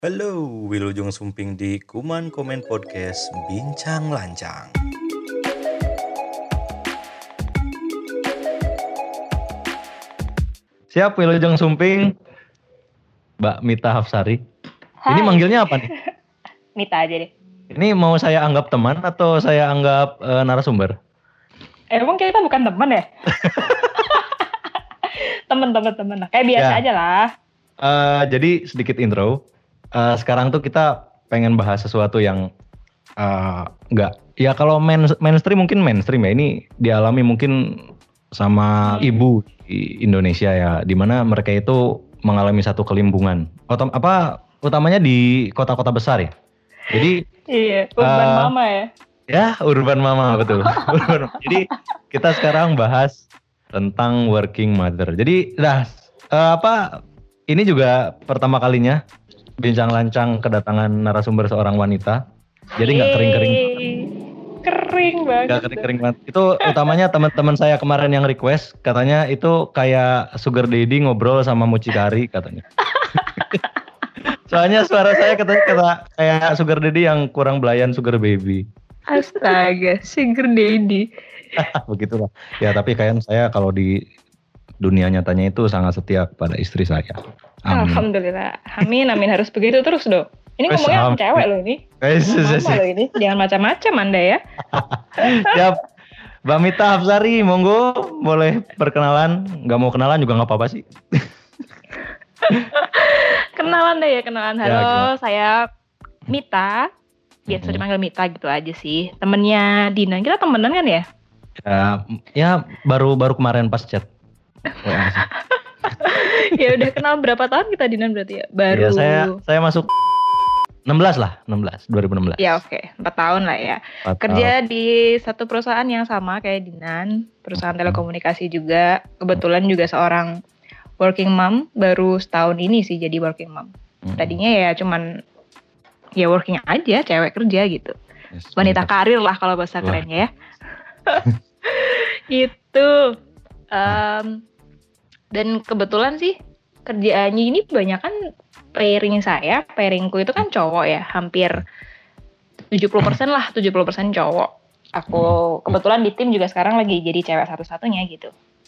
Halo, Wilujeng Sumping di Kuman Komen Podcast Bincang Lancang. Siap, Wilujeng Sumping, Mbak Mita Hafsari. Hai. Ini manggilnya apa nih? Mita aja deh. Ini mau saya anggap teman atau saya anggap narasumber? Emang kita bukan teman ya? Temen. Kayak biasa Ya. aja lah. Jadi sedikit intro. Sekarang tuh kita pengen bahas sesuatu yang nggak. Ya kalau mainstream mungkin mainstream ya. Ini dialami mungkin sama ibu di Indonesia ya, dimana mereka itu mengalami satu kelimpungan. Utamanya di kota-kota besar ya. Jadi Iya, urban mama ya. ya, urban mama betul. Jadi kita sekarang bahas tentang working mother. Jadi ini juga pertama kalinya Bincang Lancang kedatangan narasumber seorang wanita. Jadi nggak kering-kering. Kering banget. Nggak kering-kering banget. Itu utamanya teman-teman saya kemarin yang request, katanya itu kayak sugar daddy ngobrol sama mucikari katanya. Soalnya suara saya kata kayak sugar daddy yang kurang belayan sugar baby. Astaga, sugar daddy. Begitulah. Ya tapi kayaknya saya kalau di dunia nyatanya itu sangat setia kepada istri saya. Amin. Alhamdulillah. Amin harus begitu terus dong. Ini Wes, ngomongnya amin. cewek loh ini. Mama loh ini. Jangan macam-macam Anda ya. Siap. Mbak Mita Hafsari, monggo boleh perkenalan. Nggak mau kenalan juga nggak apa-apa sih. Kenalan deh ya, kenalan. Halo, Ya, saya Mita. Biasa dipanggil Mita gitu aja sih. Temennya Dina. Kita temenan kan ya? Ya baru kemarin pas chat. WA sih. Ya udah kenal berapa tahun kita Dinan berarti ya? Baru. Ya, saya masuk 2016. Ya oke, 4 tahun lah ya. 4 Kerja di satu perusahaan yang sama kayak Dinan, perusahaan telekomunikasi juga. Kebetulan juga seorang working mom, baru setahun ini sih jadi working mom. Tadinya ya cuman ya working aja, cewek kerja gitu. Yes, Wanita mantap. karir lah kalau bahasa Wah. kerennya ya. Gitu. Dan kebetulan sih kerjaannya ini kebanyakan pairingku itu kan cowok ya, hampir 70% lah, 70% cowok. Aku kebetulan di tim juga sekarang lagi jadi cewek satu-satunya gitu.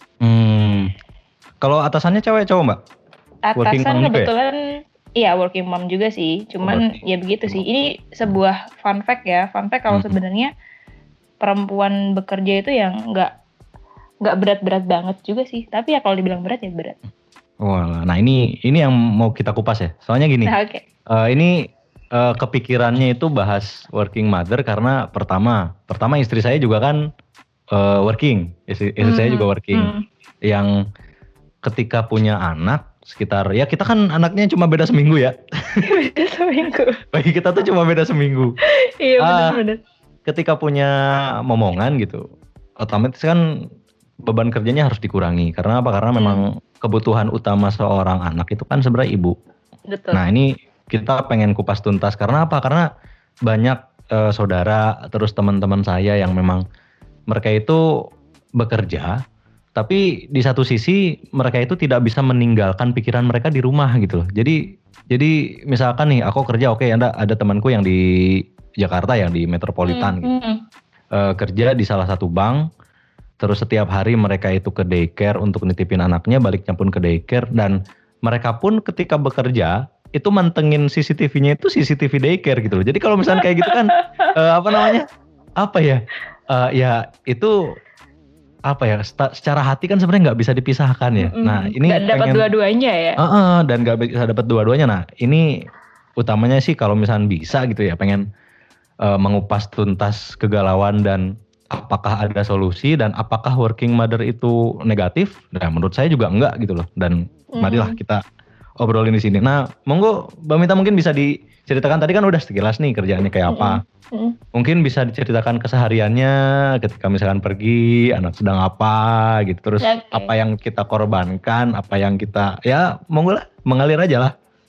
Kalau atasannya cewek cowok Mbak? Working Atasan mom juga ya? kebetulan iya working mom juga sih, cuman ya begitu sih. Ini sebuah fun fact ya, kalau sebenarnya perempuan bekerja itu yang nggak berat-berat banget juga sih, tapi ya kalau dibilang berat ya berat. Wah, nah ini yang mau kita kupas ya. Soalnya gini, Nah, oke. ini kepikirannya itu bahas working mother karena pertama istri saya juga kan working, istri saya juga working. Yang ketika punya anak sekitar, ya kita kan anaknya cuma beda seminggu ya. Beda seminggu. Bagi kita tuh cuma beda seminggu. Iya benar-benar. Ketika punya momongan gitu, otomatis kan beban kerjanya harus dikurangi. Karena apa? Karena memang kebutuhan utama seorang anak itu kan sebenarnya ibu. Betul. Nah ini kita pengen kupas tuntas. Karena apa? Karena banyak saudara terus teman-teman saya yang memang mereka itu bekerja, tapi di satu sisi mereka itu tidak bisa meninggalkan pikiran mereka di rumah gitu loh. Jadi misalkan nih aku kerja, oke, ada temanku yang di Jakarta yang di Metropolitan gitu. Kerja di salah satu bank. Terus setiap hari mereka itu ke daycare untuk nitipin anaknya, baliknya pun ke daycare. Dan mereka pun ketika bekerja, itu mantengin CCTV-nya itu CCTV daycare gitu loh. Jadi kalau misalnya kayak gitu kan, ya itu secara hati kan sebenarnya nggak bisa dipisahkan ya. Nah ini nggak dapat dua-duanya ya. Dan nggak bisa dapat dua-duanya. Nah ini utamanya sih kalau misalnya bisa gitu ya, pengen mengupas tuntas kegalauan dan apakah ada solusi dan apakah working mother itu negatif? Nah, menurut saya juga enggak gitu loh. Dan marilah kita obrolin di sini. Nah, monggo Mbak Mita mungkin bisa diceritakan, tadi kan udah sekilas nih kerjaannya kayak apa. Mungkin bisa diceritakan kesehariannya ketika misalkan pergi, anak sedang apa gitu. Terus apa yang kita korbankan, apa yang kita, ya monggo lah, mengalir aja lah.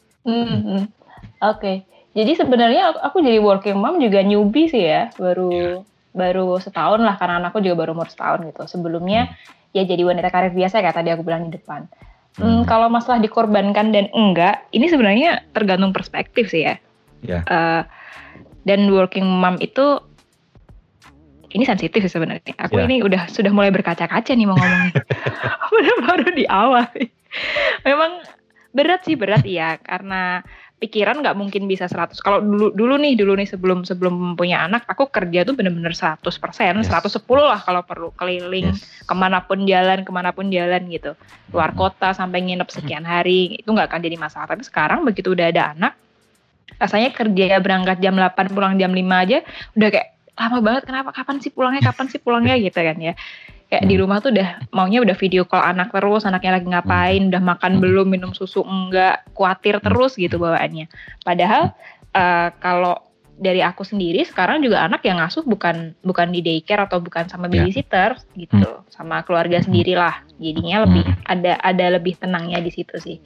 Oke. Jadi sebenarnya aku jadi working mom juga newbie sih ya, baru setahun lah karena anakku juga baru umur setahun gitu. Sebelumnya ya jadi wanita karir biasa kayak tadi aku bilang di depan. Kalau masalah dikorbankan dan enggak, ini sebenarnya tergantung perspektif sih ya. Ya. Dan working mom itu ini sensitif sih sebenarnya. Aku ini sudah mulai berkaca-kaca nih mau ngomongin. Baru di awal. Memang berat ya, karena pikiran nggak mungkin bisa 100. Kalau dulu nih sebelum punya anak, aku kerja tuh bener-bener 100%, 110 lah kalau perlu, keliling kemanapun jalan gitu, luar kota sampai nginep sekian hari, itu nggak akan jadi masalah. Tapi sekarang begitu udah ada anak, rasanya kerja berangkat jam 8 pulang jam 5 aja udah kayak lama banget, kapan sih pulangnya gitu kan ya. Kayak di rumah tuh maunya udah video call anak terus, anaknya lagi ngapain, udah makan belum, minum susu enggak, khawatir terus gitu bawaannya. Padahal kalau dari aku sendiri sekarang juga anak yang ngasuh bukan di daycare atau bukan sama babysitter gitu, sama keluarga sendiri lah. Jadinya lebih ada lebih tenangnya di situ sih.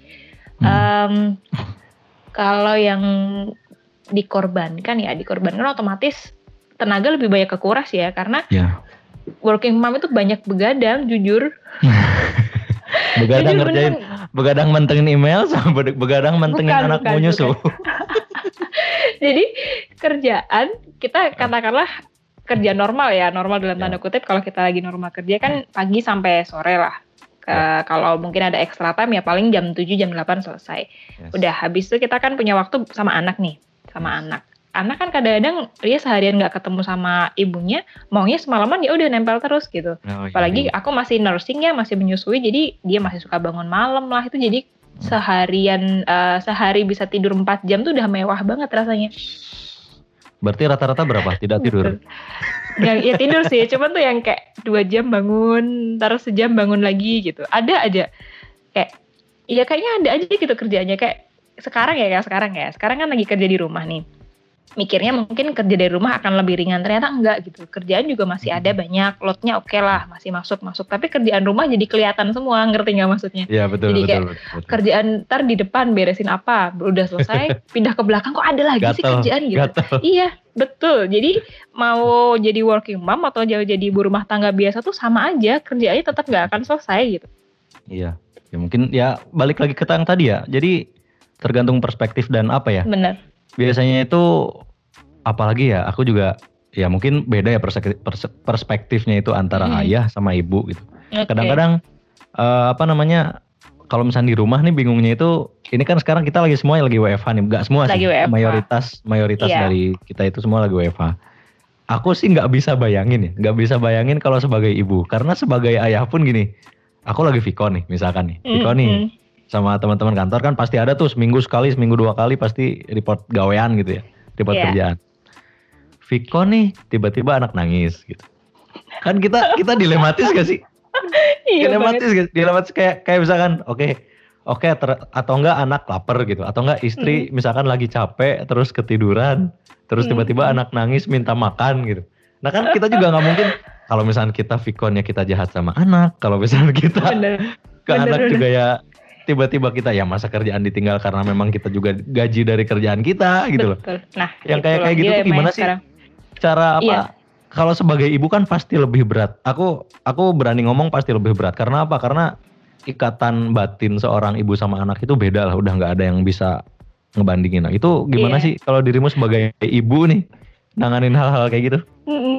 Kalau yang dikorbankan otomatis tenaga lebih banyak kekuras ya, karena working mom itu banyak begadang, jujur. Begadang mantengin email sama begadang mantengin anak mau nyusu. Jadi kerjaan kita katakanlah kerja normal dalam tanda kutip, kalau kita lagi normal kerja kan pagi sampai sore lah. Kalau mungkin ada extra time ya paling jam 7 jam 8 selesai. Udah habis itu kita kan punya waktu sama anak nih, anak. Anak kan kadang-kadang dia seharian nggak ketemu sama ibunya, maunya semalaman ya udah nempel terus gitu. Apalagi aku masih nursing ya, masih menyusui, jadi dia masih suka bangun malam lah, itu jadi sehari bisa tidur 4 jam tuh udah mewah banget rasanya. Berarti rata-rata berapa tidak tidur? Ya tidur sih, cuman tuh yang kayak 2 jam bangun, ntar sejam bangun lagi gitu. Ada aja kayak, ya kayaknya ada aja gitu kerjaannya kayak sekarang kan lagi kerja di rumah nih. Mikirnya mungkin kerja dari rumah akan lebih ringan, ternyata enggak gitu. Kerjaan juga masih ada banyak, loadnya oke lah, masih masuk. Tapi kerjaan rumah jadi kelihatan semua, ngerti nggak maksudnya? Iya betul. Jadi betul. Kerjaan ntar di depan beresin apa, udah selesai, pindah ke belakang kok ada lagi sih kerjaan gitu. Iya betul. Jadi mau jadi working mom atau jadi ibu rumah tangga biasa tuh sama aja, kerjaannya tetap nggak akan selesai gitu. Iya, ya mungkin ya balik lagi ke yang tadi ya. Jadi tergantung perspektif dan apa ya. Benar. Biasanya itu apalagi ya, aku juga ya mungkin beda ya perspektifnya itu antara ayah sama ibu gitu. Kadang-kadang kalau misalnya di rumah nih bingungnya itu, ini kan sekarang kita semua lagi WFH nih, nggak semua sih, mayoritas dari kita itu semua lagi WFH. Aku sih nggak bisa bayangin kalau sebagai ibu, karena sebagai ayah pun gini, aku lagi Vkon nih misalkan nih, Vkon nih sama teman-teman kantor kan pasti ada tuh seminggu 2 kali pasti report gawean gitu ya, report kerjaan. Vkon nih tiba-tiba anak nangis gitu. Kan kita dilematis gak sih? Dilematis kayak misalkan oke, atau enggak anak lapar gitu, atau enggak istri misalkan lagi capek terus ketiduran, terus tiba-tiba anak nangis minta makan gitu. Nah kan kita juga nggak mungkin kalau misalkan kita Vkonnya kita jahat sama anak, kalau misalkan kita anak juga ya tiba-tiba kita ya masa kerjaan ditinggal karena memang kita juga gaji dari kerjaan kita gitu loh. Nah, yang kayak gitu tuh gimana sih? Cara apa? Iya. Kalau sebagai ibu kan pasti lebih berat. Aku berani ngomong pasti lebih berat. Karena apa? Karena ikatan batin seorang ibu sama anak itu beda lah. Udah nggak ada yang bisa ngebandingin. Nah, itu gimana sih kalau dirimu sebagai ibu nih nanganin hal-hal kayak gitu?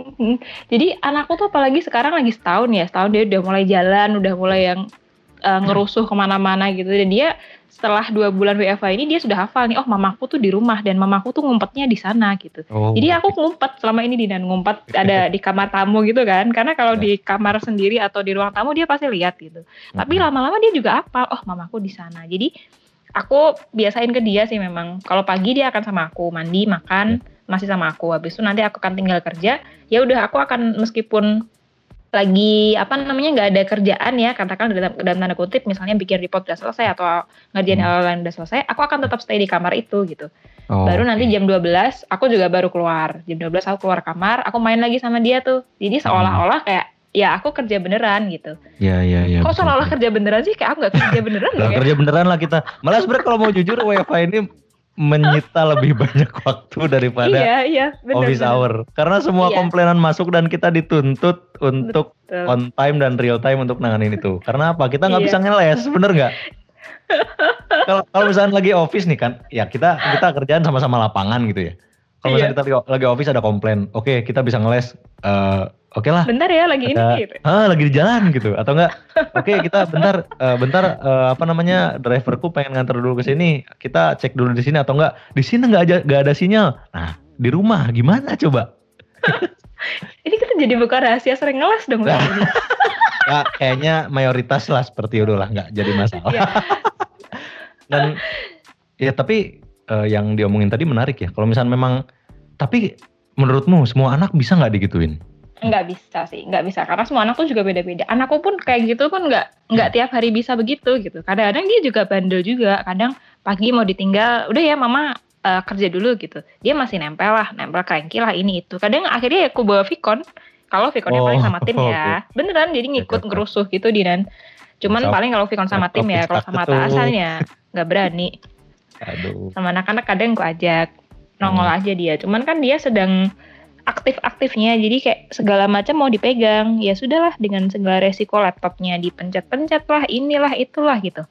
Jadi anakku tuh apalagi sekarang lagi setahun dia udah mulai jalan, udah mulai yang ngerusuh kemana-mana gitu. Dan dia setelah 2 bulan WFH ini dia sudah hafal nih, oh mamaku tuh di rumah dan mamaku tuh ngumpetnya di sana gitu. Jadi aku ngumpet selama ini ngumpet ada di kamar tamu gitu kan. Karena kalau di kamar sendiri atau di ruang tamu dia pasti lihat gitu. Tapi lama-lama dia juga hafal, oh mamaku di sana. Jadi aku biasain ke dia sih memang. Kalau pagi dia akan sama aku, mandi, makan, masih sama aku. Habis itu nanti aku akan tinggal kerja. Ya udah aku akan meskipun lagi nggak ada kerjaan ya, katakan dalam tanda kutip misalnya bikin report udah selesai atau ngerjain hal lain udah selesai, aku akan tetap stay di kamar itu gitu. Baru nanti jam 12 aku juga baru keluar. Jam 12 aku keluar kamar, aku main lagi sama dia tuh. Jadi seolah-olah kayak ya aku kerja beneran gitu. Iya. Kok seolah-olah kerja beneran sih? Kayak aku nggak kerja beneran loh. Kerja beneran lah kita. Malah sebenarnya kalau mau jujur WFH ini menyita lebih banyak waktu daripada office hour. Karena semua komplainan masuk dan kita dituntut untuk on time dan real time untuk nanganin itu. Karena apa? Kita nggak bisa ngeles, bener nggak? Kalau misalnya lagi office nih kan, ya kita kerjaan sama-sama lapangan gitu ya. Kalau misalnya kita lagi office ada komplain, oke kita bisa ngeles, oke lah. Bentar ya lagi ini gitu. Lagi di jalan gitu, atau enggak? Oke kita bentar driverku pengen nganter dulu ke sini, kita cek dulu di sini atau enggak? Di sini nggak ada sinyal. Nah di rumah gimana coba? Ini kita jadi buka rahasia sering ngeles dong. Ya, kayaknya mayoritas lah seperti itu lah, nggak jadi masalah. Dan ya tapi yang diomongin tadi menarik ya. Kalau misalnya memang, tapi menurutmu semua anak bisa nggak digituin? Nggak bisa sih, nggak bisa. Karena semua anak tuh juga beda-beda. Anakku pun kayak gitu pun nggak tiap hari bisa begitu gitu. Kadang-kadang dia juga bandel juga. Kadang pagi mau ditinggal, udah ya mama kerja dulu gitu. Dia masih nempel cranky lah ini itu. Kadang akhirnya aku bawa Vicon. Kalau Viconnya paling sama tim ya. Okay. Beneran jadi ngikut ngerusuh gitu Dinan. Cuman paling kalau Vicon sama tim ya. Kalau sama atasannya nggak berani. Aduh. Sama anak-anak kadang aku ajak. Nongol aja dia. Cuman kan dia sedang aktif-aktifnya. Jadi kayak segala macam mau dipegang. Ya sudahlah dengan segala resiko laptopnya dipencet-pencet lah. Inilah itulah gitu.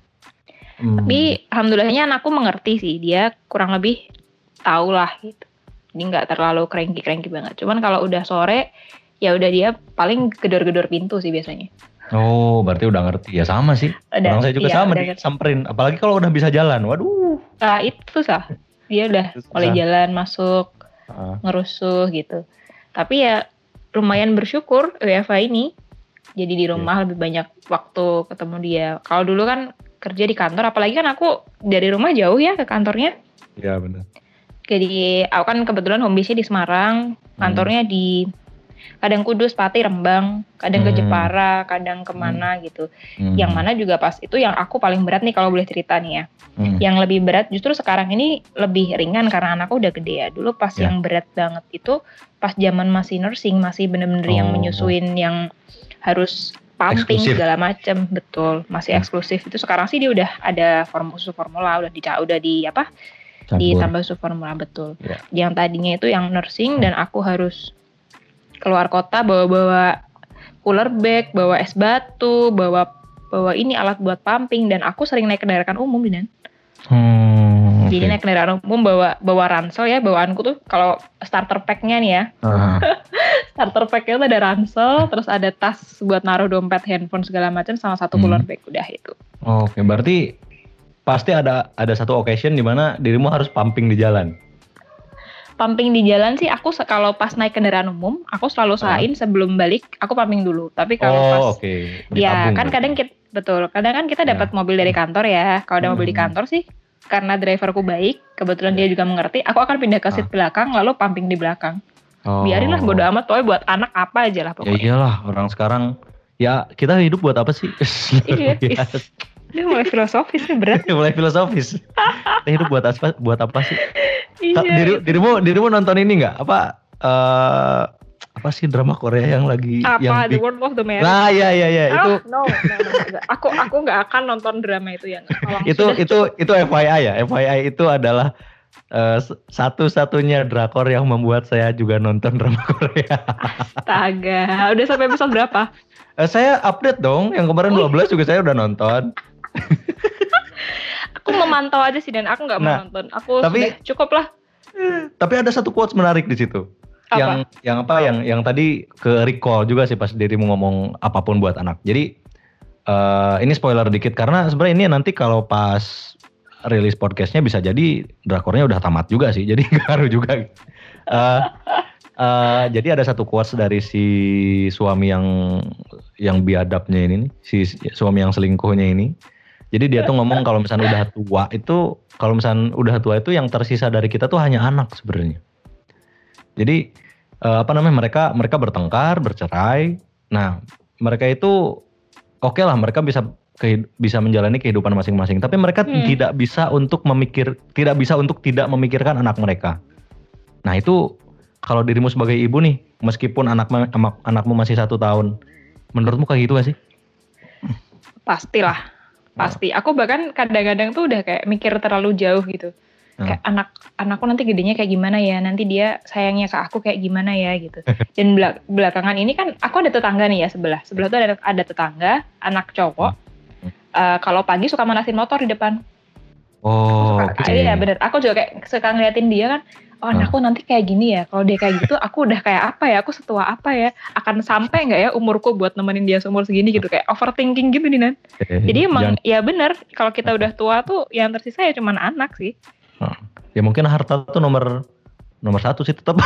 Tapi alhamdulillahnya anakku mengerti sih. Dia kurang lebih tahu lah gitu. Jadi nggak terlalu cranky banget. Cuman kalau udah sore, ya udah dia paling gedor-gedor pintu sih biasanya. Oh, berarti udah ngerti ya, sama sih. Orang saya juga sama disamperin. Apalagi kalau udah bisa jalan, waduh. Nah itu sah. Dia udah mulai jalan masuk, ngerusuh gitu. Tapi ya lumayan bersyukur WFH ini. Jadi di rumah lebih banyak waktu ketemu dia. Kalau dulu kan kerja di kantor, apalagi kan aku dari rumah jauh ya ke kantornya. Iya benar. Jadi aku kan kebetulan home base-nya di Semarang, kantornya di kadang Kudus, Pati, Rembang, kadang ke Jepara, kadang kemana gitu. Yang mana juga pas itu yang aku paling berat nih kalau boleh cerita nih ya. Yang lebih berat justru sekarang ini lebih ringan karena anakku udah gede ya. Dulu pas yang berat banget itu pas zaman masih nursing, masih bener-bener yang menyusuin yang harus pumping segala macam, betul, masih eksklusif. Itu sekarang sih dia udah ada formula, udah ditambah susu formula, betul. Yang tadinya itu yang nursing dan aku harus keluar kota bawa cooler bag, bawa es batu, bawa ini alat buat pumping, dan aku sering naik kendaraan umum Dinan. Jadi naik kendaraan umum bawa ransel ya, bawaanku tuh kalau starter pack-nya nih ya. Starter pack-nya tuh ada ransel, terus ada tas buat naruh dompet, handphone segala macam sama satu cooler bag, udah itu. Oke, berarti pasti ada satu occasion di mana dirimu harus pumping di jalan. Pumping di jalan sih aku kalau pas naik kendaraan umum, aku selalu usahain sebelum balik aku pumping dulu. Tapi kalau pas ya kan kadang kan kita dapat mobil dari kantor ya. Kalau ada mobil di kantor sih karena driverku baik, kebetulan dia juga mengerti, aku akan pindah ke seat belakang lalu pumping di belakang. Biarinlah bodo amat, pokoknya buat anak apa aja lah pokoknya. Ya iyalah, orang sekarang ya kita hidup buat apa sih? Iya. Dia mulai filosofis nih, berat. Mulai filosofis. Kita hidup buat apa sih? Iya. Dirimu nonton ini nggak? Apa sih drama Korea yang lagi The World of the Married? Nah, iya. Itu. No. Aku nggak akan nonton drama itu ya. Itu FYI ya. FYI itu adalah satu-satunya drakor yang membuat saya juga nonton drama Korea. Astaga, udah sampai episode berapa? Saya update dong. Yang kemarin 12 juga saya udah nonton. Aku memantau aja sih dan aku nggak mau nonton. Sudah cukup lah. Tapi ada satu quotes menarik di situ. Yang tadi ke recall juga sih pas dirimu ngomong apapun buat anak. Jadi ini spoiler dikit karena sebenarnya ini nanti kalau pas rilis podcastnya bisa jadi drakornya udah tamat juga sih. Jadi ngaruh juga. Jadi ada satu quotes dari si suami yang biadabnya ini, si suami yang selingkuhnya ini. Jadi dia tuh ngomong kalau misalnya udah tua itu yang tersisa dari kita tuh hanya anak sebenarnya. Jadi mereka bertengkar, bercerai. Nah, mereka itu oke lah, mereka bisa menjalani kehidupan masing-masing, tapi mereka tidak bisa untuk tidak memikirkan anak mereka. Nah, itu kalau dirimu sebagai ibu nih, meskipun anakmu masih 1 tahun, menurutmu kayak gitu gak sih? Pastilah. Pasti. Aku bahkan kadang-kadang tuh udah kayak mikir terlalu jauh gitu. Kayak anakku nanti gedenya kayak gimana ya, nanti dia sayangnya ke aku kayak gimana ya gitu. Dan belakangan ini kan aku ada tetangga nih ya sebelah tuh ada tetangga anak cowok. kalau pagi suka manasin motor di depan. Oh, oke. Iya bener, aku juga kayak suka ngeliatin dia kan, oh anakku nanti kayak gini ya, kalau dia kayak gitu aku udah kayak apa ya, aku setua apa ya, akan sampai nggak ya umurku buat nemenin dia seumur segini gitu, kayak overthinking gitu Dinan. Jadi emang ya bener, kalau kita udah tua tuh yang tersisa ya cuman anak sih. Ya mungkin harta tuh nomor satu sih tetap.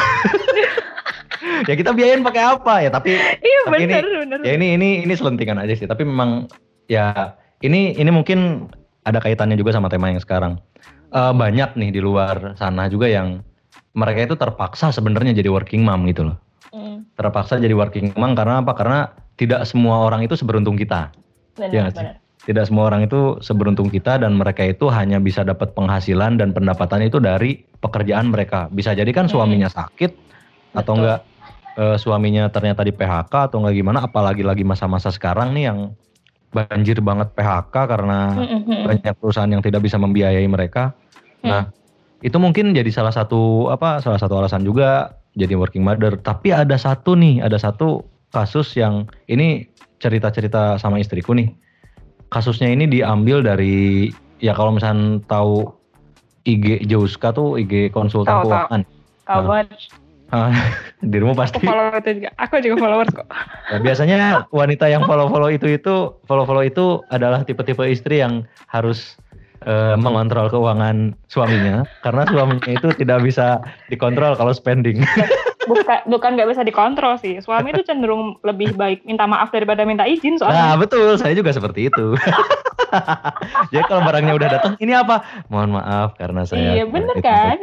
Ya kita biayain pakai apa ya, tapi Iya tapi bener. Ya ini selentingan aja sih, tapi memang ya ini mungkin ada kaitannya juga sama tema yang sekarang. Banyak nih di luar sana juga yang mereka itu terpaksa sebenarnya jadi working mom gitu loh. Terpaksa jadi working mom karena apa? Karena tidak semua orang itu seberuntung kita. Benar. Tidak semua orang itu seberuntung kita, dan mereka itu hanya bisa dapat penghasilan dan pendapatan itu dari pekerjaan mereka. Bisa jadi kan suaminya sakit atau enggak suaminya ternyata di PHK atau enggak gimana, apalagi lagi masa-masa sekarang nih yang banjir banget PHK karena banyak perusahaan yang tidak bisa membiayai mereka. Nah, itu mungkin jadi salah satu alasan juga jadi working mother. Tapi ada satu kasus yang ini cerita-cerita sama istriku nih. Kasusnya ini diambil dari, ya kalau misalnya tahu IG Jouska tuh, IG konsultan keuangan. Tahu banget. Dirimu pasti. Aku juga followers kok. Ya, biasanya wanita yang follow itu adalah tipe-tipe istri yang harus mengontrol keuangan suaminya, karena suaminya itu tidak bisa dikontrol kalau spending. Bukan nggak bisa dikontrol sih. Suami itu cenderung lebih baik minta maaf daripada minta izin soalnya. Nah betul, saya juga seperti itu. Jadi kalau barangnya udah datang, ini apa? Mohon maaf karena saya. Iya bener kan?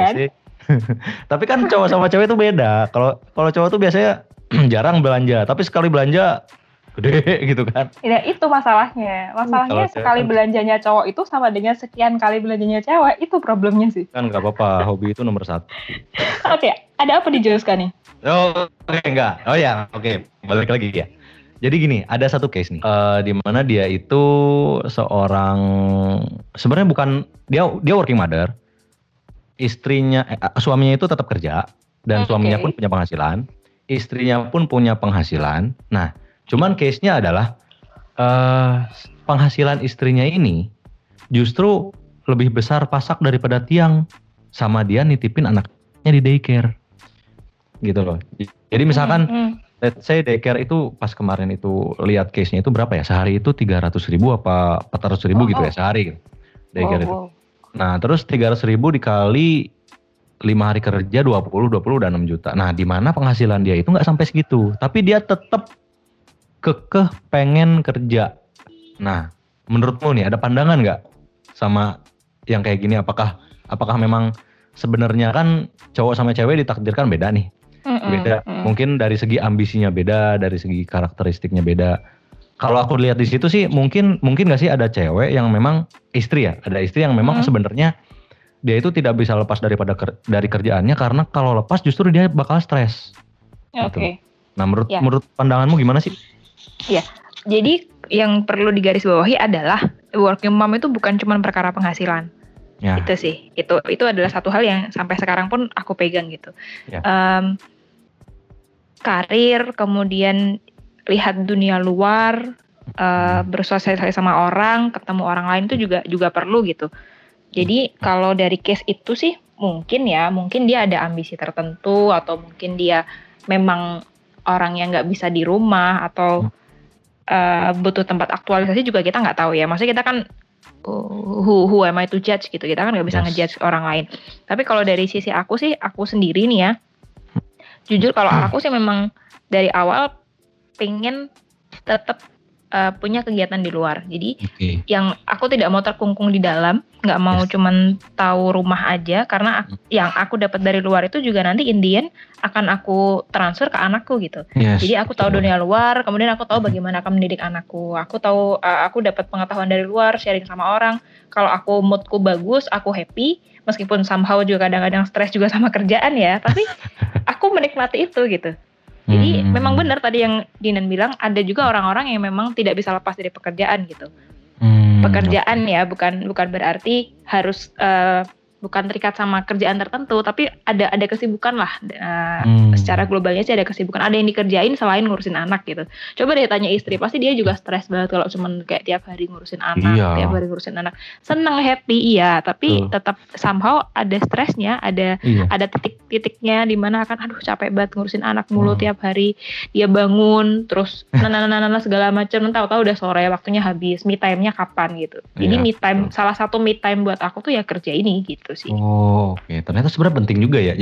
Tapi kan cowok sama cewek itu beda. Kalau cowok tuh biasanya jarang belanja, tapi sekali belanja gede gitu kan. Ya itu masalahnya. Masalahnya sekali belanjanya cowok itu sama dengan sekian kali belanjanya cewek. Itu problemnya sih. Kan gak apa-apa, hobi itu nomor 1. Oke, ada apa di Jouska nih? Oh, enggak. Oh ya, oke. Balik lagi ya. Jadi gini, ada satu case nih, di mana dia itu seorang, sebenarnya bukan, dia working mother, suaminya itu tetap kerja, dan suaminya pun punya penghasilan, istrinya pun punya penghasilan. Nah, cuman case-nya adalah penghasilan istrinya ini justru lebih besar pasak daripada tiang, sama dia nitipin anaknya di daycare, gitu loh. Jadi misalkan, let's say daycare itu pas kemarin itu lihat case-nya itu berapa ya? Sehari itu 300.000 apa 400.000 gitu ya sehari daycare itu. Nah terus 300.000 dikali 5 hari kerja 20 udah 6 juta. Nah di mana penghasilan dia itu nggak sampai segitu, tapi dia tetap kekeh pengen kerja. Nah menurutmu nih ada pandangan nggak sama yang kayak gini? Apakah memang sebenarnya kan cowok sama cewek ditakdirkan beda nih? Beda. Mungkin dari segi ambisinya beda, dari segi karakteristiknya beda. Kalau aku lihat di situ sih mungkin nggak sih ada cewek yang memang istri ya, ada istri yang memang sebenarnya dia itu tidak bisa lepas dari kerjaannya, karena kalau lepas justru dia bakal stres. Oke. Nah menurut pandanganmu gimana sih? Iya. Jadi yang perlu digarisbawahi adalah working mom itu bukan cuma perkara penghasilan. Ya. Itu sih. Itu adalah satu hal yang sampai sekarang pun aku pegang gitu. Ya. Karir, kemudian lihat dunia luar, bersosialisasi sama orang, ketemu orang lain itu juga perlu gitu. Jadi kalau dari case itu sih mungkin dia ada ambisi tertentu, atau mungkin dia memang orang yang nggak bisa di rumah, atau butuh tempat aktualisasi juga kita nggak tahu ya. Maksudnya kita kan who am I to judge gitu, kita kan nggak bisa ngejudge orang lain. Tapi kalau dari sisi aku sih, aku sendiri nih ya, jujur kalau aku sih memang dari awal pengen tetap punya kegiatan di luar. Jadi yang aku tidak mau terkungkung di dalam, nggak mau cuman tahu rumah aja, karena yang aku dapat dari luar itu juga nanti in the end akan aku transfer ke anakku gitu. Jadi aku tahu dunia luar, kemudian aku tahu bagaimana akan mendidik anakku. Aku tahu aku dapat pengetahuan dari luar, sharing sama orang. Kalau aku moodku bagus, aku happy, meskipun somehow juga kadang-kadang stres juga sama kerjaan ya, tapi aku menikmati itu gitu. Jadi memang benar tadi yang Dinan bilang, ada juga orang-orang yang memang tidak bisa lepas dari pekerjaan gitu. Pekerjaan ya, bukan berarti harus bukan terikat sama kerjaan tertentu, tapi ada kesibukan lah. Secara globalnya sih ada kesibukan, ada yang dikerjain selain ngurusin anak gitu. Coba deh tanya istri, pasti dia juga stres banget kalau cuman kayak tiap hari ngurusin anak, tiap hari ngurusin anak. Seneng, happy, iya, tapi tetap somehow ada stresnya, ada titik-titiknya di mana kan aduh capek banget ngurusin anak mulu tiap hari. Dia bangun terus nana segala macam, tahu-tahu udah sore, waktunya habis, me time-nya kapan gitu. Jadi me time, salah satu me time buat aku tuh ya kerja ini gitu sih. Oh, oke. Ternyata sebenarnya penting juga ya.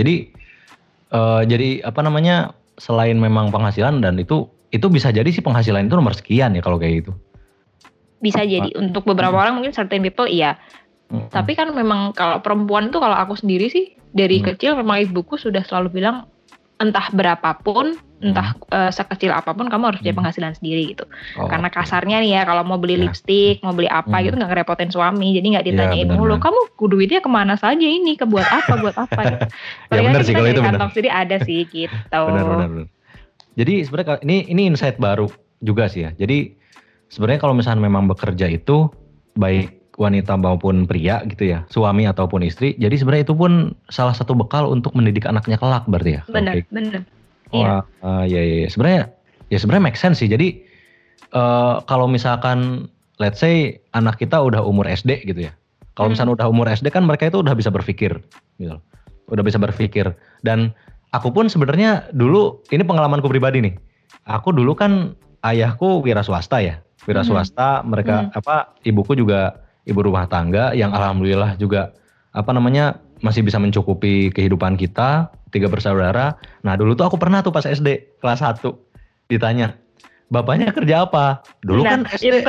Jadi apa namanya, selain memang penghasilan, dan itu bisa jadi sih penghasilan itu nomor sekian ya kalau kayak gitu. Bisa jadi untuk beberapa orang mungkin certain people iya. Tapi kan memang kalau perempuan itu, kalau aku sendiri sih dari kecil memang ibuku sudah selalu bilang entah berapapun, entah sekecil apapun kamu harus punya penghasilan sendiri gitu. Karena kasarnya nih ya, kalau mau beli lipstik, mau beli apa gitu nggak ngerepotin suami, jadi nggak ditanyain mulu, kamu duitnya kemana saja ini, buat apa gitu. Ya benar sih kalau itu benar. Kantong sendiri ada sih gitu. Benar. Jadi sebenarnya ini insight baru juga sih ya. Jadi sebenarnya kalau misalnya memang bekerja itu baik wanita maupun pria gitu ya, suami ataupun istri. Jadi sebenarnya itu pun salah satu bekal untuk mendidik anaknya kelak berarti ya. Benar. Iya. Iya. Sebenarnya make sense sih. Jadi kalau misalkan let's say anak kita udah umur SD gitu ya. Kalau misalnya udah umur SD kan mereka itu udah bisa berpikir gitu. Udah bisa berpikir. Dan aku pun sebenarnya dulu, ini pengalamanku pribadi nih. Aku dulu kan ayahku wira swasta ya. Wira swasta, mereka ibuku juga ibu rumah tangga yang alhamdulillah juga masih bisa mencukupi kehidupan kita, 3 bersaudara. Nah dulu tuh aku pernah tuh pas SD kelas 1 ditanya, bapaknya kerja apa? Dulu kan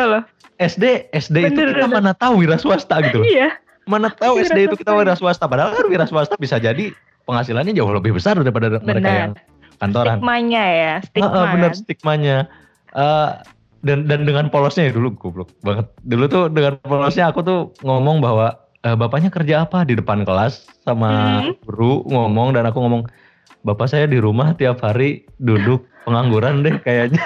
SD itu kita mana tahu wira swasta gitu loh. Iya. Mana tahu SD itu kita wira swasta, padahal kan wira swasta bisa jadi penghasilannya jauh lebih besar daripada mereka yang kantoran. Stigmanya ya, benar stigmanya. Dan dengan polosnya ya dulu goblok banget. Dulu tuh dengan polosnya aku tuh ngomong bahwa bapaknya kerja apa di depan kelas sama guru ngomong, dan aku ngomong bapak saya di rumah tiap hari duduk pengangguran deh kayaknya.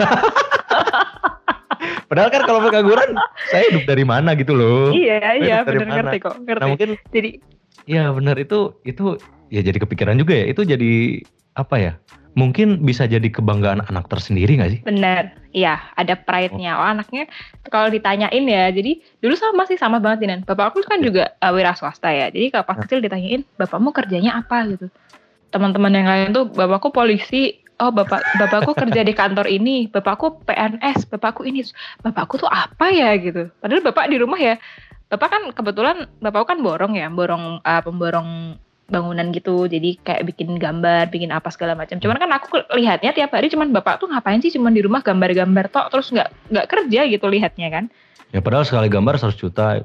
Padahal kan kalau pengangguran saya hidup dari mana gitu loh. Iya benar, ngerti kok. Nah mungkin jadi ya benar itu ya jadi kepikiran juga ya, itu jadi apa ya? Mungkin bisa jadi kebanggaan anak tersendiri gak sih? Benar, iya ada pride-nya. Anaknya kalau ditanyain ya, jadi dulu sama banget Dinan. Bapak aku kan juga wira swasta ya, jadi kalau pas kecil ditanyain, bapakmu kerjanya apa gitu. Teman-teman yang lain tuh, bapakku polisi, bapakku kerja di kantor ini, bapakku PNS, bapakku ini, bapakku tuh apa ya gitu. Padahal bapak di rumah ya, bapak kan kebetulan, bapakku kan pemborong bangunan gitu, jadi kayak bikin gambar, bikin apa segala macam. Cuman kan aku lihatnya tiap hari cuman bapak tuh ngapain sih cuman di rumah gambar-gambar tok, terus nggak kerja gitu lihatnya kan. Ya padahal sekali gambar 100 juta.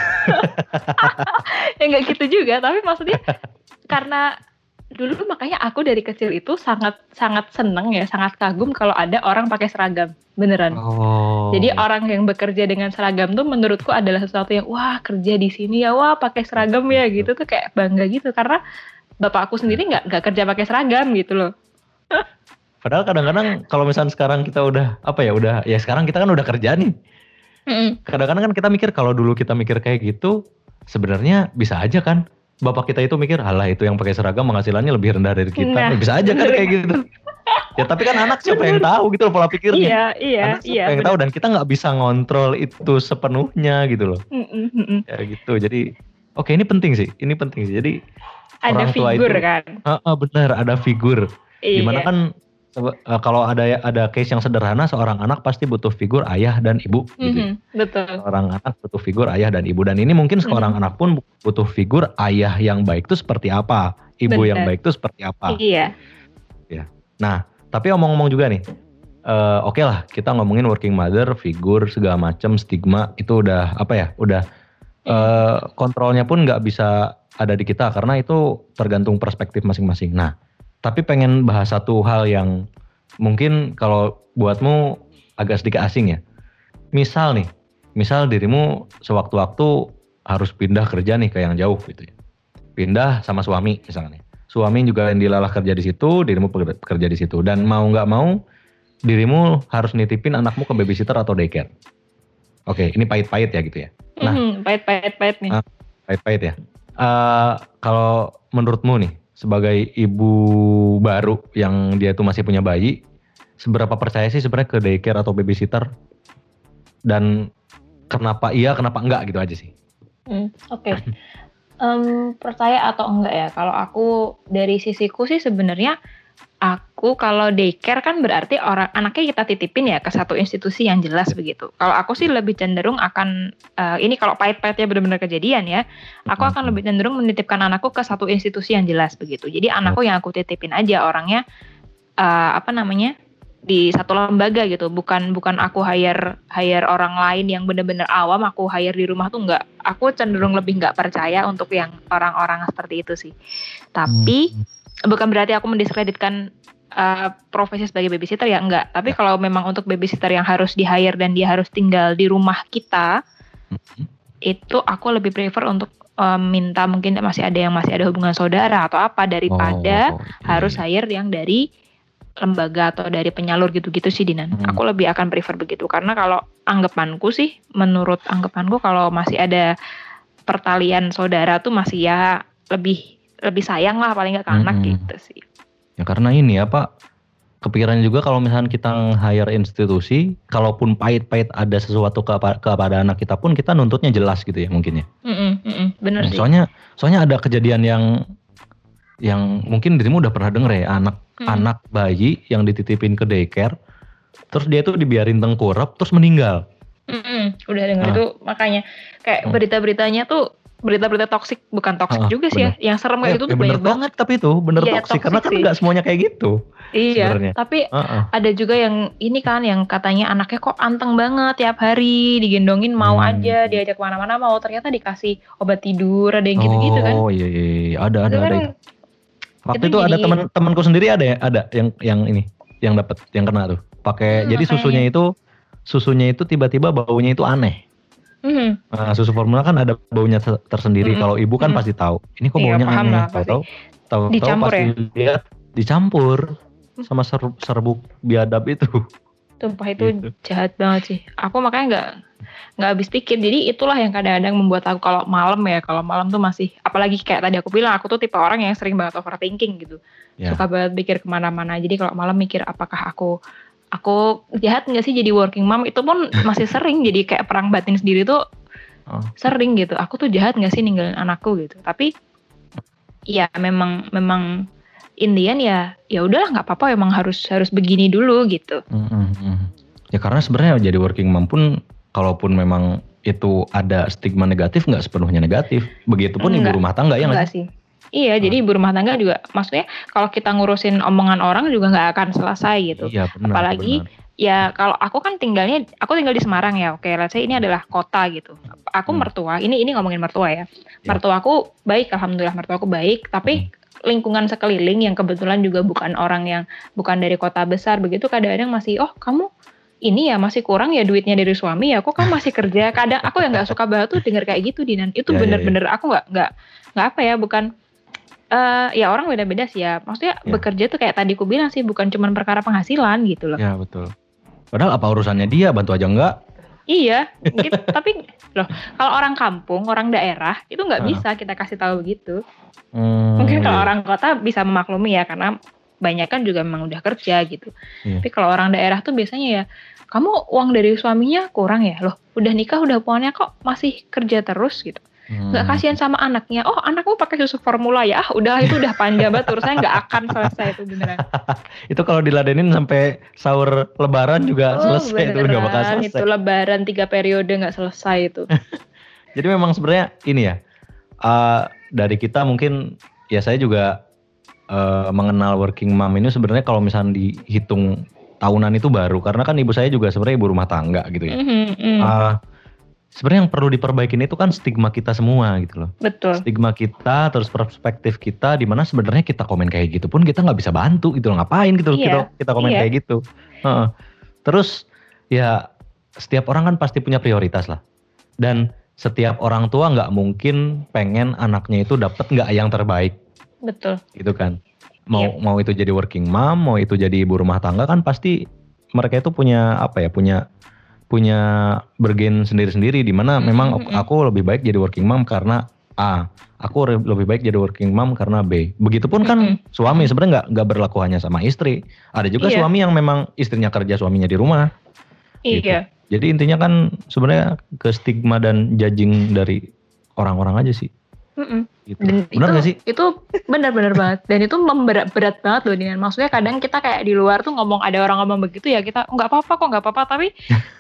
Ya nggak gitu juga, tapi maksudnya karena dulu makanya aku dari kecil itu sangat seneng ya, sangat kagum kalau ada orang pakai seragam, beneran. Jadi orang yang bekerja dengan seragam tuh menurutku adalah sesuatu yang wah kerja di sini ya, wah pakai seragam ya gitu tuh kayak bangga gitu, karena bapak aku sendiri nggak kerja pakai seragam gitu loh. Padahal kadang-kadang kalau misalnya sekarang kita udah sekarang kita kan udah kerja nih. Kadang-kadang kan kita mikir kalau dulu kita mikir kayak gitu, sebenarnya bisa aja kan. Bapak kita itu mikir, halah itu yang pakai seragam penghasilannya lebih rendah dari kita. Nah, bisa aja kan kayak gitu. Ya tapi kan anak siapa yang tahu gitu loh pola pikirnya. Anak siapa yang tahu, dan kita nggak bisa ngontrol itu sepenuhnya gitu loh. Ya gitu. Jadi oke, ini penting sih. Jadi ada orang tua figur itu, kan. Benar, ada figur. Dimana kan kalau ada case yang sederhana, seorang anak pasti butuh figur ayah dan ibu gitu. Betul. Seorang anak butuh figur ayah dan ibu, dan ini mungkin seorang anak pun butuh figur ayah yang baik itu seperti apa, ibu yang baik itu seperti apa. Iya. Ya. Nah, tapi omong-omong juga nih, oke lah kita ngomongin working mother, figur segala macam, stigma itu udah kontrolnya pun nggak bisa ada di kita karena itu tergantung perspektif masing-masing. Nah, tapi pengen bahas satu hal yang mungkin kalau buatmu agak sedikit asing ya. Misal dirimu sewaktu-waktu harus pindah kerja nih ke yang jauh gitu ya. Pindah sama suami misalnya. Suami juga yang dilalah kerja di situ, dirimu kerja di situ. Dan mau nggak mau, dirimu harus nitipin anakmu ke babysitter atau daycare. Oke, ini pahit-pahit ya gitu ya. Nah, pahit nih. Pahit-pahit ya. Kalau menurutmu nih sebagai ibu baru yang dia tuh masih punya bayi, seberapa percaya sih sebenarnya ke daycare atau babysitter? Dan kenapa iya, kenapa enggak gitu aja sih? Oke. Percaya atau enggak ya? Kalau aku dari sisiku sih sebenarnya aku kalau daycare kan berarti orang anaknya kita titipin ya ke satu institusi yang jelas begitu. Kalau aku sih lebih cenderung akan ini kalau pahit-pahitnya benar-benar kejadian ya, aku akan lebih cenderung menitipkan anakku ke satu institusi yang jelas begitu. Jadi anakku yang aku titipin aja orangnya di satu lembaga gitu, bukan aku hire orang lain yang benar-benar awam, aku hire di rumah tuh enggak. Aku cenderung lebih enggak percaya untuk yang orang-orang seperti itu sih. Tapi bukan berarti aku mendiskreditkan profesi sebagai babysitter ya, enggak. Tapi kalau memang untuk babysitter yang harus di hire dan dia harus tinggal di rumah kita, itu aku lebih prefer untuk minta mungkin masih ada hubungan saudara atau apa daripada harus hire yang dari lembaga atau dari penyalur gitu-gitu sih Dinan. Aku lebih akan prefer begitu karena kalau menurut anggapanku kalau masih ada pertalian saudara tuh masih ya lebih sayang lah paling nggak ke anak gitu sih. Ya karena ini kepikiran juga kalau misalnya kita hire institusi, kalaupun pahit-pahit ada sesuatu kepada anak kita pun kita nuntutnya jelas gitu ya mungkin ya. Bener sih. Soalnya ada kejadian yang mungkin dirimu udah pernah denger ya, anak bayi yang dititipin ke daycare, terus dia tuh dibiarin tengkurap terus meninggal. Udah denger itu makanya kayak berita-beritanya tuh berita-berita toksik, bukan toksik juga sih ya, yang serem kayak gitu tuh banyak banget. Tapi itu bener toksik karena kan nggak semuanya kayak gitu. Iya, sebenarnya. Tapi ada juga yang ini kan yang katanya anaknya kok anteng banget tiap hari digendongin mau aja, diajak kemana-mana mau, ternyata dikasih obat tidur, ada yang gitu-gitu kan. Oh iya, ada kan, itu. Waktu itu ada temanku sendiri ada yang ini yang dapat yang kena tuh pakai jadi susunya itu tiba-tiba baunya itu aneh. Nah, susu formula kan ada baunya tersendiri. Kalau ibu kan pasti tahu. Ini kok baunya aneh. Tahu pasti lihat dicampur sama serbuk biadab itu. Sumpah itu gitu. Jahat banget sih. Aku makanya nggak habis pikir. Jadi itulah yang kadang-kadang membuat aku kalau malam tuh masih, apalagi kayak tadi aku bilang, aku tuh tipe orang yang sering banget overthinking gitu. Suka banget pikir kemana-mana. Jadi kalau malam mikir apakah aku jahat nggak sih jadi working mom, itu pun masih sering jadi kayak perang batin sendiri tuh sering gitu. Aku tuh jahat nggak sih ninggalin anakku gitu. Tapi ya memang Indian ya udahlah nggak apa-apa, emang harus begini dulu gitu. Ya karena sebenarnya jadi working mom pun kalaupun memang itu ada stigma negatif nggak sepenuhnya negatif. Begitupun ibu rumah tangga ya nggak sih? Iya, jadi ibu rumah tangga juga, maksudnya kalau kita ngurusin omongan orang juga nggak akan selesai gitu. Iya, benar, apalagi ya kalau aku tinggal di Semarang ya. Oke, let's say ini adalah kota gitu. Aku mertua, ini ngomongin mertua ya. Mertuaku baik, alhamdulillah mertuaku baik, tapi lingkungan sekeliling yang kebetulan juga bukan dari kota besar begitu, kadang-kadang masih kamu ini ya masih kurang ya duitnya dari suami ya, kok kamu masih kerja. Kadang aku yang nggak suka banget tuh denger kayak gitu Dinan. Itu bener-bener aku nggak apa ya, bukan ya orang beda-beda sih ya. Maksudnya bekerja tuh kayak tadi aku bilang sih, bukan cuma perkara penghasilan gitu loh. Ya betul. Padahal apa urusannya dia, bantu aja enggak? Iya, gitu. Tapi loh, kalau orang kampung, orang daerah itu nggak bisa kita kasih tahu begitu. Mungkin kalau orang kota bisa memaklumi ya, karena banyak kan juga memang udah kerja gitu. Tapi kalau orang daerah tuh biasanya ya, kamu uang dari suaminya kurang ya, loh udah nikah udah puannya kok masih kerja terus gitu. Nggak kasihan sama anaknya. Anakmu pakai susu formula ya. Udah itu udah panjang banget urusannya, nggak akan selesai itu beneran. Itu kalau diladenin sampai sahur lebaran juga selesai, itu nggak bakal selesai. Itu lebaran 3 periode nggak selesai itu. Jadi memang sebenarnya ini ya, dari kita mungkin ya, saya juga mengenal working mom ini sebenarnya kalau misalnya dihitung tahunan itu baru, karena kan ibu saya juga sebenarnya ibu rumah tangga gitu ya. Sebenarnya yang perlu diperbaikin itu kan stigma kita semua gitu loh. Betul. Stigma kita, terus perspektif kita, di mana sebenarnya kita komen kayak gitu pun kita nggak bisa bantu gitu loh. Ngapain gitu kita komen kayak gitu. Terus ya setiap orang kan pasti punya prioritas lah. Dan setiap orang tua nggak mungkin pengen anaknya itu dapat nggak yang terbaik. Betul. Gitu kan. Mau itu jadi working mom, mau itu jadi ibu rumah tangga, kan pasti mereka itu punya punya bergen sendiri-sendiri, di mana memang aku lebih baik jadi working mom karena Aku lebih baik jadi working mom karena B. Begitupun kan suami sebenarnya nggak berlaku hanya sama istri. Ada juga suami yang memang istrinya kerja, suaminya di rumah. Iya. Gitu. Jadi intinya kan sebenarnya ke stigma dan judging dari orang-orang aja sih. Gitu. Dan benar gak sih? Itu benar-benar banget. Dan itu memberat banget loh Dinan. Maksudnya kadang kita kayak di luar tuh ada orang ngomong begitu ya kita nggak apa-apa. Tapi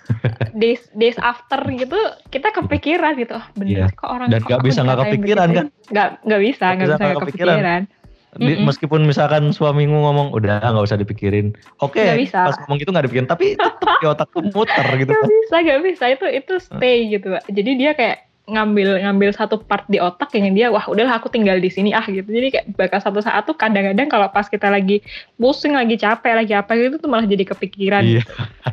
days after gitu kita kepikiran gitu. Bener kok orang. Dan nggak bisa nggak kepikiran kan? Nggak bisa nggak kepikiran. Meskipun misalkan suamimu ngomong udah nggak usah dipikirin, oke, pas ngomong gitu nggak dipikirin, tapi tetap di otakku muter gitu. Gak bisa itu stay gitu. Jadi dia kayak ngambil satu part di otak yang dia wah udahlah aku tinggal di sini gitu. Jadi kayak bakal satu saat tuh kadang-kadang kalau pas kita lagi pusing, lagi capek, lagi apa gitu tuh malah jadi kepikiran. Iya.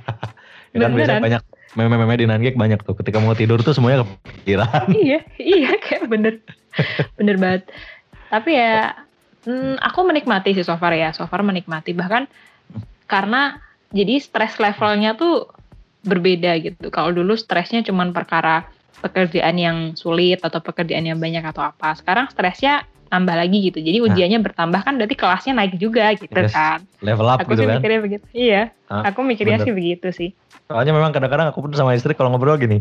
Ya kan biasanya banyak meme-meme di Nangek banyak tuh ketika mau tidur tuh semuanya kepikiran. iya kayak bener banget. Tapi ya aku menikmati sih so far menikmati bahkan karena jadi stres levelnya tuh berbeda gitu. Kalau dulu stresnya cuman perkara pekerjaan yang sulit atau pekerjaan yang banyak atau apa. Sekarang stresnya tambah lagi gitu. Jadi ujiannya bertambah kan berarti kelasnya naik juga gitu kan. Level up aku gitu kan. Aku sih mikirnya begitu. Iya. Aku mikirnya sih begitu sih. Soalnya memang kadang-kadang aku pun sama istri kalau ngobrol gini.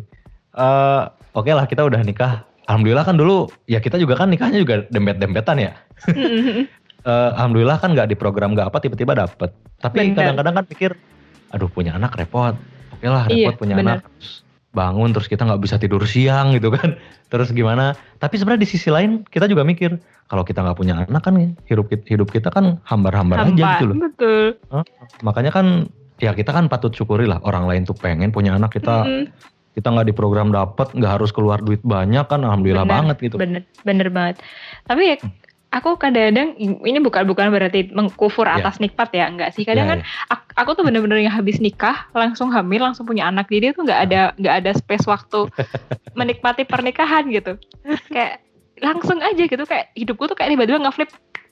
Oke lah kita udah nikah. Alhamdulillah kan dulu ya kita juga kan nikahnya juga dempet-dempetan ya. Alhamdulillah kan gak diprogram gak apa tiba-tiba dapet. Tapi kadang-kadang kan pikir aduh punya anak repot. Oke lah repot punya anak. Terus bangun terus kita gak bisa tidur siang gitu kan. Terus gimana. Tapi sebenarnya di sisi lain kita juga mikir. Kalau kita gak punya anak kan hidup kita kan hambar-hambar aja gitu loh. Betul. Makanya kan ya kita kan patut syukuri lah. Orang lain tuh pengen punya anak kita. Kita gak diprogram dapet. Gak harus keluar duit banyak kan. Alhamdulillah banget gitu. Bener banget. Tapi ya aku kadang-kadang ini bukan berarti mengkufur atas nikmat ya, enggak sih. Kadang kan aku tuh bener-bener yang habis nikah langsung hamil langsung punya anak, jadi tuh nggak ada space waktu menikmati pernikahan gitu. Kayak langsung aja gitu, kayak hidupku tuh kayak tiba-tiba ngeflip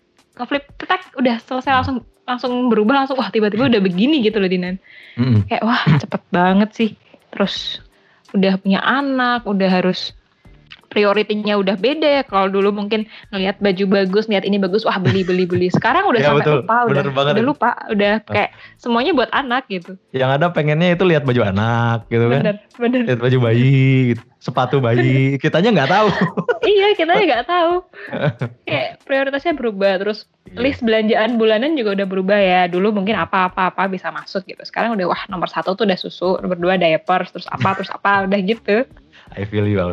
tetek udah selesai langsung berubah langsung wah tiba-tiba udah begini gitu loh Dinan. Kayak wah cepet banget sih. Terus udah punya anak, udah harus prioritinya udah beda ya. Kalau dulu mungkin ngelihat baju bagus, lihat ini bagus, wah beli. Sekarang udah sampai lupa, udah kayak semuanya buat anak gitu. Yang ada pengennya itu lihat baju anak gitu kan. Bener. Lihat baju bayi, gitu. Sepatu bayi, kitanya nggak tahu. Iya, kitanya nggak tahu. Kayak prioritasnya berubah, terus list belanjaan bulanan juga udah berubah ya. Dulu mungkin apa bisa masuk gitu. Sekarang udah wah nomor 1 tuh udah susu, nomor 2 diapers, terus apa udah gitu. I feel you.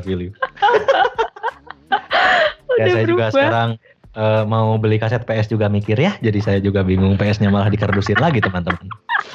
Ya saya juga sekarang mau beli kaset PS juga mikir ya. Jadi saya juga bingung PS-nya malah dikardusin lagi teman-teman.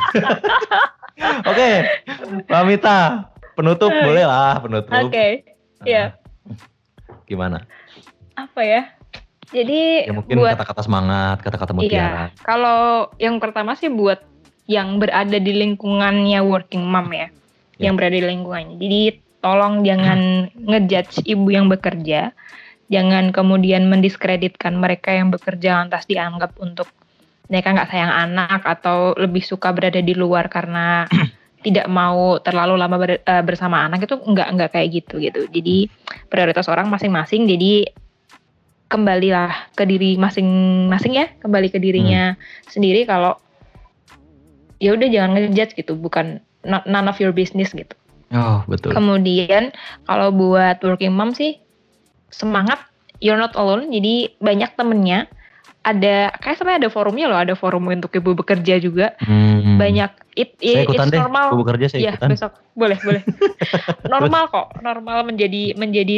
Oke, Mbak Mita, penutup boleh lah penutup. Oke, iya. Gimana? Apa ya? Jadi ya mungkin kata-kata semangat, kata-kata mutiara. Iya, kalau yang pertama sih buat yang berada di lingkungannya working mom ya. Yang berada di lingkungannya. Jadi tolong jangan ngejudge ibu yang bekerja. Jangan kemudian mendiskreditkan mereka yang bekerja lantas dianggap untuk mereka nggak sayang anak atau lebih suka berada di luar karena tidak mau terlalu lama bersama anak. Itu nggak kayak gitu. Jadi prioritas orang masing-masing. Jadi kembalilah ke diri masing-masing ya. Kembali ke dirinya sendiri. Kalau ya udah jangan ngejudge gitu. Bukan none of your business gitu. Oh betul. Kemudian kalau buat working mom sih semangat, you're not alone. Jadi banyak temennya. Kayak sebenarnya ada forumnya loh, ada forum untuk ibu bekerja juga. Banyak saya ikutan deh, normal. Ibu bekerja saya ikutan. Besok boleh. Normal kok, normal menjadi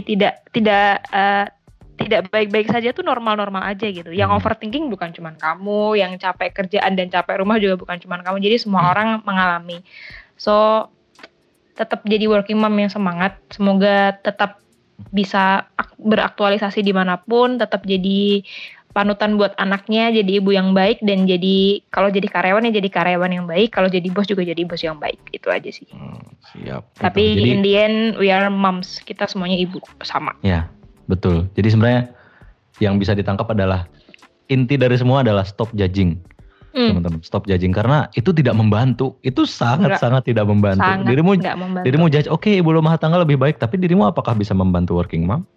tidak baik-baik saja tuh normal aja gitu. Yang overthinking bukan cuma kamu, yang capek kerjaan dan capek rumah juga bukan cuma kamu. Jadi semua orang mengalami. So tetap jadi working mom yang semangat. Semoga tetap bisa beraktualisasi dimanapun. Tetap jadi panutan buat anaknya. Jadi ibu yang baik. Dan jadi kalau jadi karyawan ya jadi karyawan yang baik. Kalau jadi bos juga jadi bos yang baik. Itu aja sih. Siap. Tapi in the end we are moms. Kita semuanya ibu sama. Ya betul. Jadi sebenarnya yang bisa ditangkap adalah inti dari semua adalah stop judging. Teman-teman, stop judging karena itu tidak membantu. Itu sangat tidak membantu. Dirimu judge, oke, ibu rumah tangga lebih baik, tapi dirimu apakah bisa membantu working mom?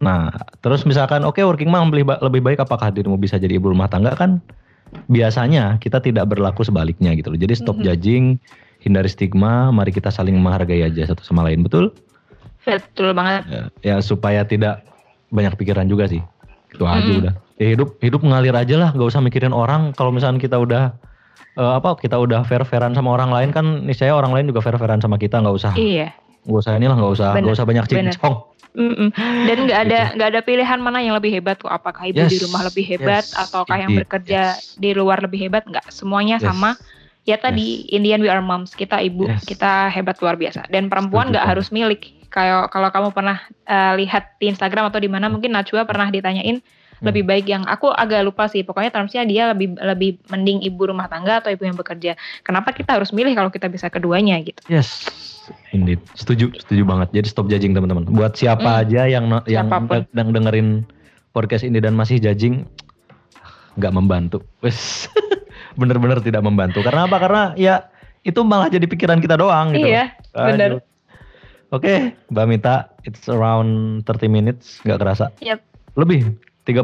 Nah, terus misalkan oke, working mom lebih baik apakah dirimu bisa jadi ibu rumah tangga kan? Biasanya kita tidak berlaku sebaliknya gitu loh. Jadi stop judging, hindari stigma, mari kita saling menghargai aja satu sama lain, betul? Betul banget. Ya supaya tidak banyak pikiran juga sih. Itu aja udah. Ya, hidup ngalir aja lah, nggak usah mikirin orang. Kalau misalkan kita udah kita udah fair-fairan sama orang lain kan, niscaya orang lain juga fair-fairan sama kita, nggak usah. Iya. Nggak usah banyak cincong. Dan nggak ada pilihan mana yang lebih hebat tuh, apakah ibu di rumah lebih hebat ataukah yang bekerja di luar lebih hebat, nggak, semuanya sama. Ya tadi in the end we are moms, kita ibu, kita hebat luar biasa. Dan perempuan nggak harus milik. Kayak kalau kamu pernah lihat di Instagram atau di mana mungkin Najwa pernah ditanyain lebih baik yang, aku agak lupa sih, pokoknya termsnya dia lebih mending ibu rumah tangga atau ibu yang bekerja. Kenapa kita harus milih kalau kita bisa keduanya gitu? Yes. Indeed. Setuju banget. Jadi stop judging teman-teman. Buat siapa aja yang dengerin podcast ini dan masih judging, nggak membantu. Wes, bener-bener tidak membantu. Karena apa? Karena ya itu malah jadi pikiran kita doang gitu. Iya, bener. Oke, Mbak Mita, it's around 30 minutes, nggak kerasa? Yep. Lebih,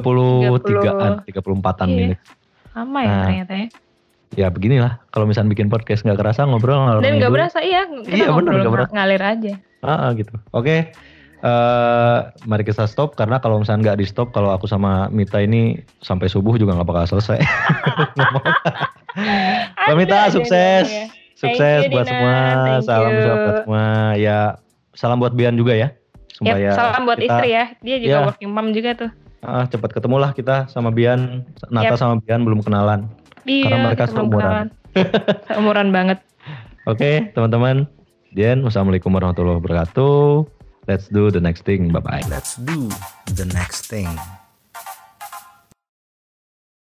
34-an menit. Lama ya ternyata ya. Ya beginilah, kalau misalnya bikin podcast nggak kerasa ngobrol dan nggak berasa, kita ngobrol ngalir aja. Gitu. Oke. Mari kita stop, karena kalau misalnya nggak di stop, kalau aku sama Mita ini sampai subuh juga nggak bakal selesai. Mbak Mita, sukses buat semua. Salam buat semua. Ya, salam buat Bian juga ya. Salam buat istri ya. Dia juga working mom juga tuh. Cepat ketemulah kita sama Bian. Nata sama Bian belum kenalan. Karena mereka seumuran. Seumuran banget. Oke, teman-teman. Wassalamualaikum warahmatullahi wabarakatuh. Let's do the next thing. Bye-bye. Let's do the next thing.